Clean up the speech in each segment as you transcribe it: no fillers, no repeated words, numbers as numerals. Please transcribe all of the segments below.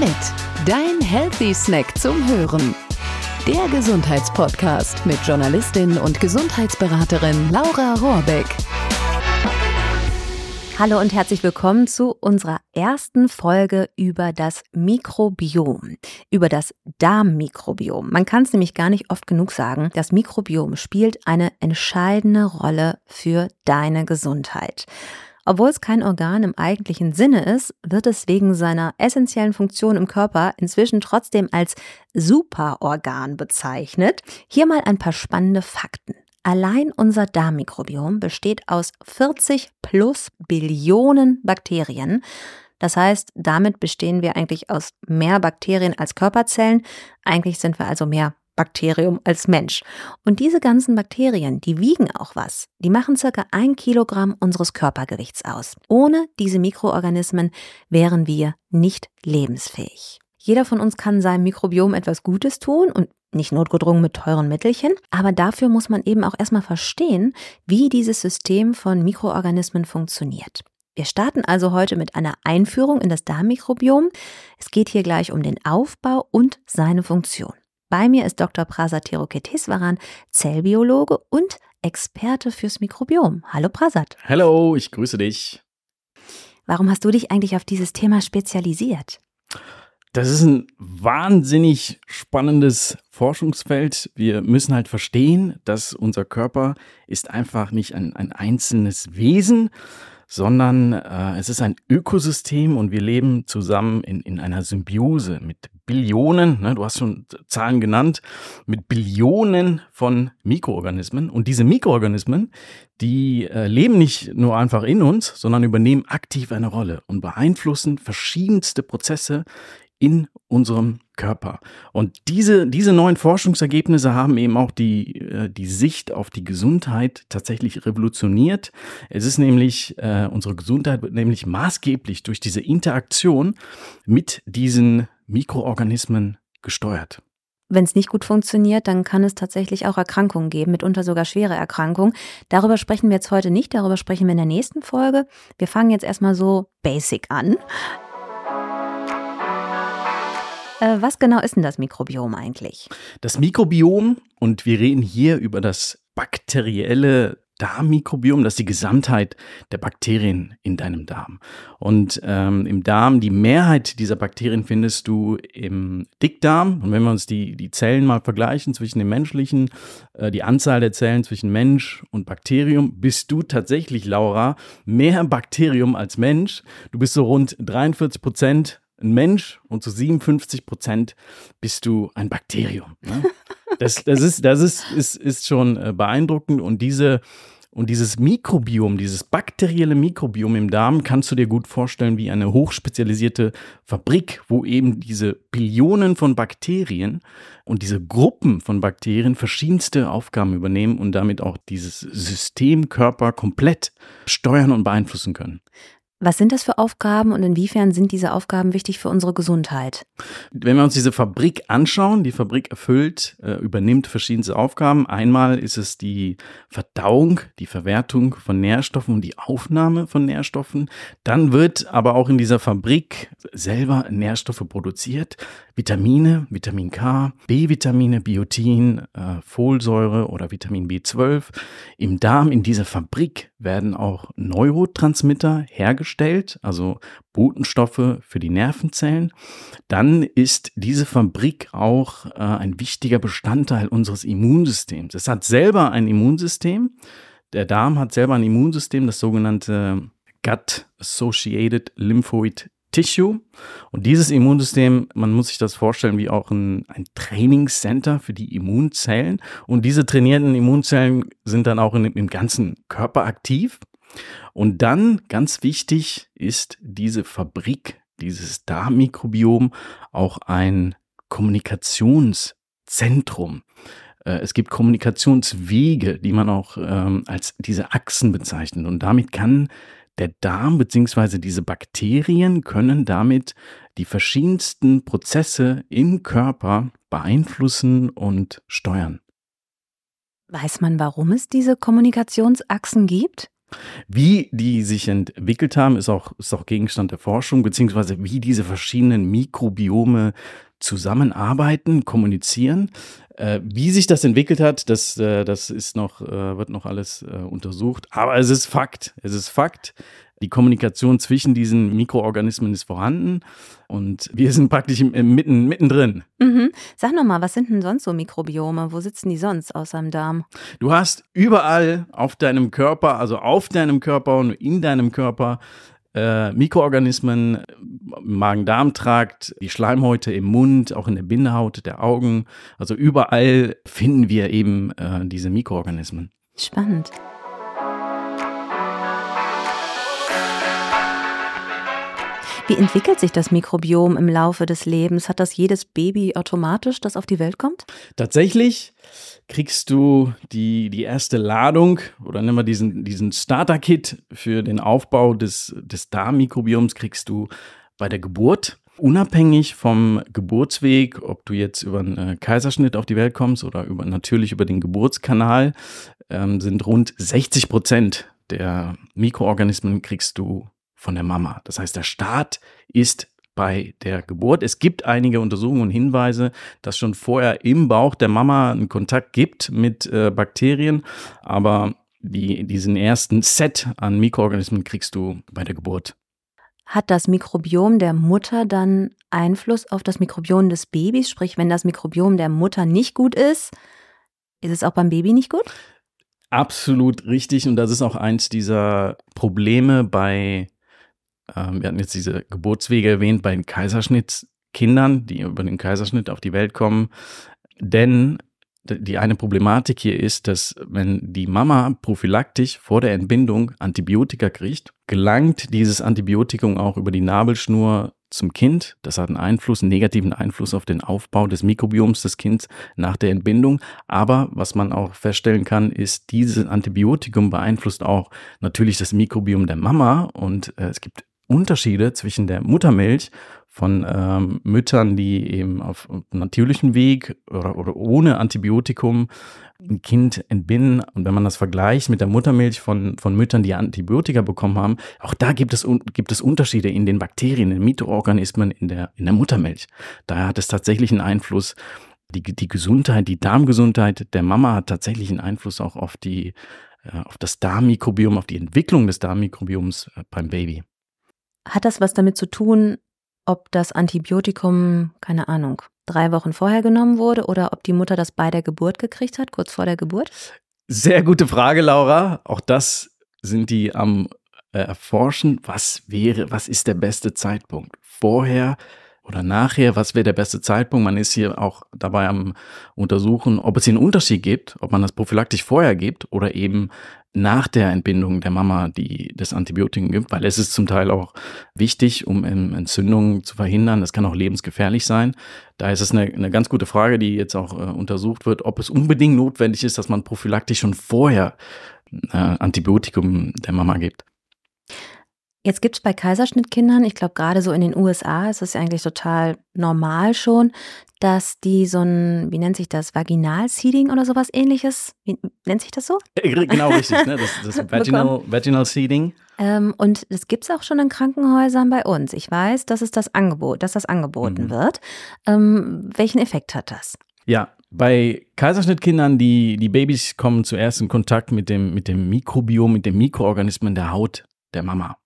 Fit, dein Healthy Snack zum Hören. Der Gesundheitspodcast mit Journalistin und Gesundheitsberaterin Laura Rohrbeck. Hallo und herzlich willkommen zu unserer ersten Folge über das Mikrobiom, über das Darmmikrobiom. Man kann es nämlich gar nicht oft genug sagen, das Mikrobiom spielt eine entscheidende Rolle für deine Gesundheit. Obwohl es kein Organ im eigentlichen Sinne ist, wird es wegen seiner essentiellen Funktion im Körper inzwischen trotzdem als Superorgan bezeichnet. Hier mal ein paar spannende Fakten. Allein unser Darmmikrobiom besteht aus 40 plus Billionen Bakterien. Das heißt, damit bestehen wir eigentlich aus mehr Bakterien als Körperzellen. Eigentlich sind wir also mehr Bakterium als Mensch. Und diese ganzen Bakterien, die wiegen auch was. Die machen ca. 1 Kilogramm unseres Körpergewichts aus. Ohne diese Mikroorganismen wären wir nicht lebensfähig. Jeder von uns kann seinem Mikrobiom etwas Gutes tun und nicht notgedrungen mit teuren Mittelchen, aber dafür muss man eben auch erstmal verstehen, wie dieses System von Mikroorganismen funktioniert. Wir starten also heute mit einer Einführung in das Darmmikrobiom. Es geht hier gleich um den Aufbau und seine Funktion. Bei mir ist Dr. Prasad Teruketeswaran, Zellbiologe und Experte fürs Mikrobiom. Hallo Prasad. Hallo, ich grüße dich. Warum hast du dich eigentlich auf dieses Thema spezialisiert? Das ist ein wahnsinnig spannendes Forschungsfeld. Wir müssen halt verstehen, dass unser Körper ist einfach nicht ein einzelnes Wesen, sondern es ist ein Ökosystem und wir leben zusammen in einer Symbiose mit Billionen, du hast schon Zahlen genannt, mit Billionen von Mikroorganismen. Und diese Mikroorganismen, die leben nicht nur einfach in uns, sondern übernehmen aktiv eine Rolle und beeinflussen verschiedenste Prozesse in unserem Körper. Und diese neuen Forschungsergebnisse haben eben auch die Sicht auf die Gesundheit tatsächlich revolutioniert. Es ist nämlich, unsere Gesundheit wird nämlich maßgeblich durch diese Interaktion mit diesen Mikroorganismen gesteuert. Wenn es nicht gut funktioniert, dann kann es tatsächlich auch Erkrankungen geben, mitunter sogar schwere Erkrankungen. Darüber sprechen wir jetzt heute nicht, darüber sprechen wir in der nächsten Folge. Wir fangen jetzt erstmal so basic an. Was genau ist denn das Mikrobiom eigentlich? Das Mikrobiom, und wir reden hier über das bakterielle Darmmikrobiom, das ist die Gesamtheit der Bakterien in deinem Darm. Und im Darm, die Mehrheit dieser Bakterien findest du im Dickdarm. Und wenn wir uns die Zellen mal vergleichen zwischen dem menschlichen, die Anzahl der Zellen zwischen Mensch und Bakterium, bist du tatsächlich, Laura, mehr Bakterium als Mensch. Du bist so rund 43% ein Mensch und zu 57% bist du ein Bakterium. Ne? Das ist schon beeindruckend und dieses Mikrobiom, dieses bakterielle Mikrobiom im Darm kannst du dir gut vorstellen wie eine hochspezialisierte Fabrik, wo eben diese Billionen von Bakterien und diese Gruppen von Bakterien verschiedenste Aufgaben übernehmen und damit auch dieses Systemkörper komplett steuern und beeinflussen können. Was sind das für Aufgaben und inwiefern sind diese Aufgaben wichtig für unsere Gesundheit? Wenn wir uns diese Fabrik anschauen, die Fabrik übernimmt verschiedenste Aufgaben. Einmal ist es die Verdauung, die Verwertung von Nährstoffen und die Aufnahme von Nährstoffen. Dann wird aber auch in dieser Fabrik selber Nährstoffe produziert. Vitamine, Vitamin K, B-Vitamine, Biotin, Folsäure oder Vitamin B12. Im Darm, in dieser Fabrik, werden auch Neurotransmitter hergestellt, also Botenstoffe für die Nervenzellen. Dann ist diese Fabrik auch ein wichtiger Bestandteil unseres Immunsystems. Es hat selber ein Immunsystem. Der Darm hat selber ein Immunsystem, das sogenannte Gut-Associated Lymphoid Tissue. Und dieses Immunsystem, man muss sich das vorstellen wie auch ein Trainingscenter für die Immunzellen. Und diese trainierten Immunzellen sind dann auch im ganzen Körper aktiv. Und dann, ganz wichtig, ist diese Fabrik, dieses Darmmikrobiom auch ein Kommunikationszentrum. Es gibt Kommunikationswege, die man auch als diese Achsen bezeichnet. Und damit kann der Darm bzw. diese Bakterien können damit die verschiedensten Prozesse im Körper beeinflussen und steuern. Weiß man, warum es diese Kommunikationsachsen gibt? Wie die sich entwickelt haben, ist auch Gegenstand der Forschung, beziehungsweise wie diese verschiedenen Mikrobiome zusammenarbeiten, kommunizieren. Wie sich das entwickelt hat, das ist wird noch alles untersucht. Aber es ist Fakt. Die Kommunikation zwischen diesen Mikroorganismen ist vorhanden und wir sind praktisch mittendrin. Mhm. Sag nochmal, was sind denn sonst so Mikrobiome? Wo sitzen die sonst außer im Darm? Du hast überall auf deinem Körper und in deinem Körper Mikroorganismen, im Magen-Darm-Trakt, die Schleimhäute im Mund, auch in der Bindehaut der Augen. Also überall finden wir eben diese Mikroorganismen. Spannend. Wie entwickelt sich das Mikrobiom im Laufe des Lebens? Hat das jedes Baby automatisch, das auf die Welt kommt? Tatsächlich kriegst du die erste Ladung oder nehmen wir diesen Starter-Kit für den Aufbau des Darmmikrobioms kriegst du bei der Geburt. Unabhängig vom Geburtsweg, ob du jetzt über einen Kaiserschnitt auf die Welt kommst oder natürlich über den Geburtskanal, sind rund 60% der Mikroorganismen kriegst du von der Mama. Das heißt, der Start ist bei der Geburt. Es gibt einige Untersuchungen und Hinweise, dass schon vorher im Bauch der Mama einen Kontakt gibt mit Bakterien, aber diesen ersten Set an Mikroorganismen kriegst du bei der Geburt. Hat das Mikrobiom der Mutter dann Einfluss auf das Mikrobiom des Babys? Sprich, wenn das Mikrobiom der Mutter nicht gut ist es auch beim Baby nicht gut? Absolut richtig und das ist auch eins dieser Probleme wir hatten jetzt diese Geburtswege erwähnt, bei den Kaiserschnittkindern, die über den Kaiserschnitt auf die Welt kommen. Denn die eine Problematik hier ist, dass wenn die Mama prophylaktisch vor der Entbindung Antibiotika kriegt, gelangt dieses Antibiotikum auch über die Nabelschnur zum Kind. Das hat einen negativen Einfluss auf den Aufbau des Mikrobioms des Kindes nach der Entbindung. Aber was man auch feststellen kann, ist, dieses Antibiotikum beeinflusst auch natürlich das Mikrobiom der Mama und es gibt Unterschiede zwischen der Muttermilch von Müttern, die eben auf natürlichem Weg oder ohne Antibiotikum ein Kind entbinden. Und wenn man das vergleicht mit der Muttermilch von Müttern, die Antibiotika bekommen haben, auch da gibt es Unterschiede in den Bakterien, in den Mikroorganismen in der Muttermilch. Daher hat es tatsächlich einen Einfluss. Die Gesundheit, die Darmgesundheit der Mama hat tatsächlich einen Einfluss auch auf das Darmmikrobiom, auf die Entwicklung des Darmmikrobioms beim Baby. Hat das was damit zu tun, ob das Antibiotikum, keine Ahnung, 3 Wochen vorher genommen wurde oder ob die Mutter das bei der Geburt gekriegt hat, kurz vor der Geburt? Sehr gute Frage, Laura. Auch das sind die am Erforschen. Was ist der beste Zeitpunkt? Vorher oder nachher? Was wäre der beste Zeitpunkt? Man ist hier auch dabei am Untersuchen, ob es hier einen Unterschied gibt, ob man das prophylaktisch vorher gibt oder eben nach der Entbindung der Mama das Antibiotikum gibt, weil es ist zum Teil auch wichtig, um Entzündungen zu verhindern. Das kann auch lebensgefährlich sein. Da ist es eine ganz gute Frage, die jetzt auch untersucht wird, ob es unbedingt notwendig ist, dass man prophylaktisch schon vorher Antibiotikum der Mama gibt. Jetzt gibt es bei Kaiserschnittkindern, ich glaube gerade so in den USA ist es eigentlich total normal schon, dass die so ein, wie nennt sich das, Vaginal-Seeding oder sowas ähnliches, wie nennt sich das so? Genau, richtig, ne? Das Vaginal Seeding. Und das gibt es auch schon in Krankenhäusern bei uns. Ich weiß, dass das angeboten wird. Welchen Effekt hat das? Ja, bei Kaiserschnittkindern, die Babys kommen zuerst in Kontakt mit dem Mikrobiom, mit den Mikroorganismen der Haut der Mama.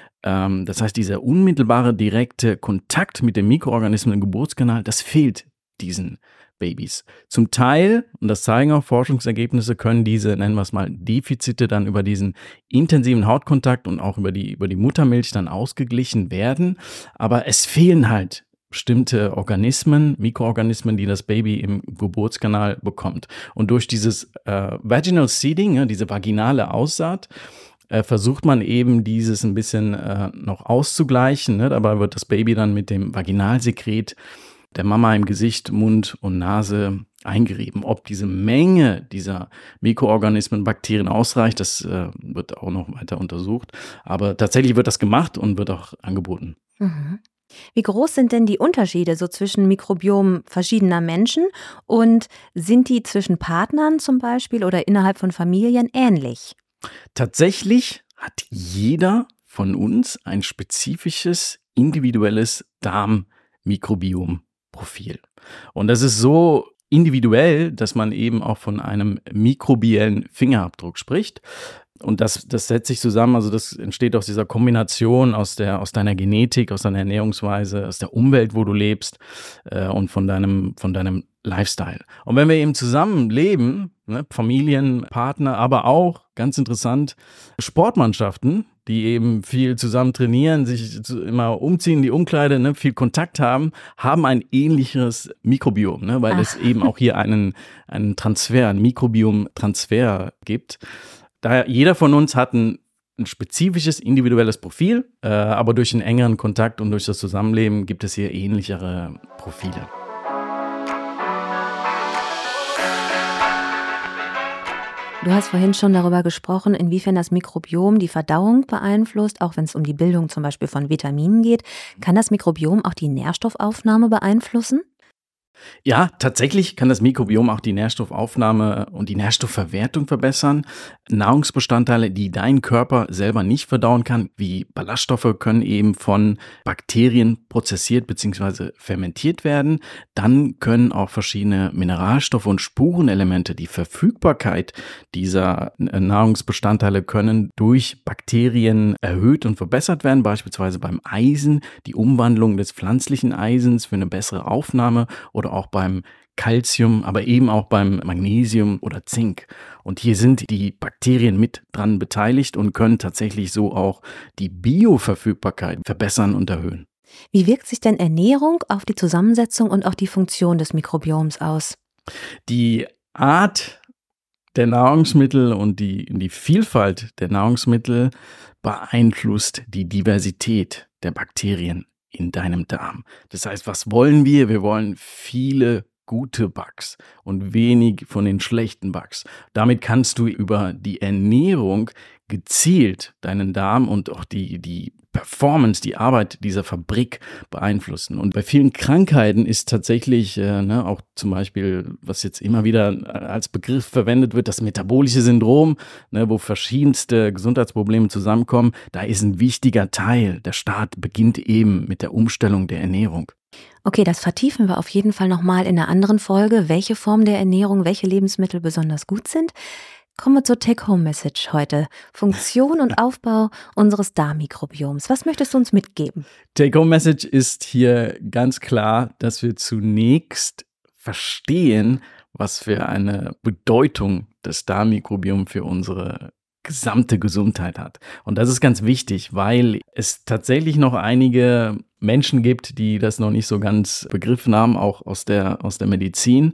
Das heißt, dieser unmittelbare, direkte Kontakt mit den Mikroorganismen im Geburtskanal, das fehlt diesen Babys. Zum Teil, und das zeigen auch Forschungsergebnisse, können diese, nennen wir es mal, Defizite dann über diesen intensiven Hautkontakt und auch über die Muttermilch dann ausgeglichen werden. Aber es fehlen halt bestimmte Mikroorganismen, die das Baby im Geburtskanal bekommt. Und durch dieses Vaginal Seeding, diese vaginale Aussaat, versucht man eben dieses ein bisschen noch auszugleichen. Ne? Dabei wird das Baby dann mit dem Vaginalsekret der Mama im Gesicht, Mund und Nase eingerieben. Ob diese Menge dieser Mikroorganismen, Bakterien ausreicht, das wird auch noch weiter untersucht. Aber tatsächlich wird das gemacht und wird auch angeboten. Mhm. Wie groß sind denn die Unterschiede so zwischen Mikrobiomen verschiedener Menschen und sind die zwischen Partnern zum Beispiel oder innerhalb von Familien ähnlich? Tatsächlich hat jeder von uns ein spezifisches, individuelles Darmmikrobiom-Profil. Und das ist so individuell, dass man eben auch von einem mikrobiellen Fingerabdruck spricht. Und das setzt sich zusammen, also das entsteht aus dieser Kombination aus deiner Genetik, aus deiner Ernährungsweise, aus der Umwelt, wo du lebst und von deinem Lifestyle. Und wenn wir eben zusammen leben, ne, Familien, Partner, aber auch, ganz interessant, Sportmannschaften, die eben viel zusammen trainieren, sich immer umziehen, die Umkleide, ne, viel Kontakt haben ein ähnliches Mikrobiom, ne, weil es eben auch hier einen Transfer, einen Mikrobiom-Transfer gibt. Daher, jeder von uns hat ein spezifisches, individuelles Profil, aber durch einen engeren Kontakt und durch das Zusammenleben gibt es hier ähnlichere Profile. Du hast vorhin schon darüber gesprochen, inwiefern das Mikrobiom die Verdauung beeinflusst, auch wenn es um die Bildung zum Beispiel von Vitaminen geht. Kann das Mikrobiom auch die Nährstoffaufnahme beeinflussen? Ja, tatsächlich kann das Mikrobiom auch die Nährstoffaufnahme und die Nährstoffverwertung verbessern. Nahrungsbestandteile, die dein Körper selber nicht verdauen kann, wie Ballaststoffe, können eben von Bakterien prozessiert bzw. fermentiert werden. Dann können auch verschiedene Mineralstoffe und Spurenelemente, die Verfügbarkeit dieser Nahrungsbestandteile können durch Bakterien erhöht und verbessert werden, beispielsweise beim Eisen, die Umwandlung des pflanzlichen Eisens für eine bessere Aufnahme oder auch beim Calcium, aber eben auch beim Magnesium oder Zink. Und hier sind die Bakterien mit dran beteiligt und können tatsächlich so auch die Bioverfügbarkeit verbessern und erhöhen. Wie wirkt sich denn Ernährung auf die Zusammensetzung und auch die Funktion des Mikrobioms aus? Die Art der Nahrungsmittel und die Vielfalt der Nahrungsmittel beeinflusst die Diversität der Bakterien in deinem Darm. Das heißt, was wollen wir? Wir wollen viele gute Bugs und wenig von den schlechten Bugs. Damit kannst du über die Ernährung gezielt deinen Darm und auch die Performance, die Arbeit dieser Fabrik beeinflussen. Und bei vielen Krankheiten ist tatsächlich auch zum Beispiel, was jetzt immer wieder als Begriff verwendet wird, das metabolische Syndrom, wo verschiedenste Gesundheitsprobleme zusammenkommen. Da ist ein wichtiger Teil. Der Start beginnt eben mit der Umstellung der Ernährung. Okay, das vertiefen wir auf jeden Fall nochmal in einer anderen Folge, welche Form der Ernährung, welche Lebensmittel besonders gut sind. Kommen wir zur Take-Home-Message heute. Funktion und Aufbau unseres Darmmikrobioms. Was möchtest du uns mitgeben? Take-Home-Message ist hier ganz klar, dass wir zunächst verstehen, was für eine Bedeutung das Darmmikrobiom für unsere gesamte Gesundheit hat. Und das ist ganz wichtig, weil es tatsächlich noch einige Menschen gibt, die das noch nicht so ganz begriffen haben, auch aus der Medizin.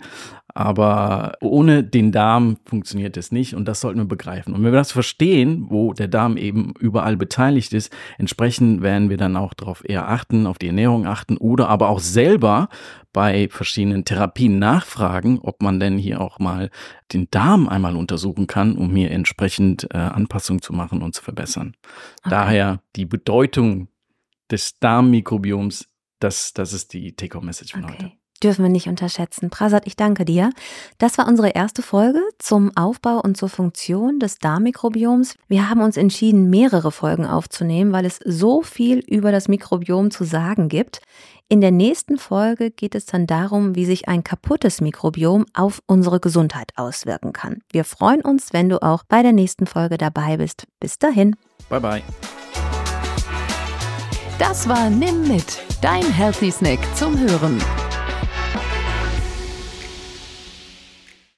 Aber ohne den Darm funktioniert es nicht und das sollten wir begreifen. Und wenn wir das verstehen, wo der Darm eben überall beteiligt ist, entsprechend werden wir dann auch darauf eher achten, auf die Ernährung achten oder aber auch selber bei verschiedenen Therapien nachfragen, ob man denn hier auch mal den Darm einmal untersuchen kann, um hier entsprechend Anpassungen zu machen und zu verbessern. Okay. Daher die Bedeutung des Darmmikrobioms, das ist die Take-Home-Message von heute. Dürfen wir nicht unterschätzen. Prasad, ich danke dir. Das war unsere erste Folge zum Aufbau und zur Funktion des Darmmikrobioms. Wir haben uns entschieden, mehrere Folgen aufzunehmen, weil es so viel über das Mikrobiom zu sagen gibt. In der nächsten Folge geht es dann darum, wie sich ein kaputtes Mikrobiom auf unsere Gesundheit auswirken kann. Wir freuen uns, wenn du auch bei der nächsten Folge dabei bist. Bis dahin. Bye bye. Das war Nimm mit, dein Healthy Snack zum Hören.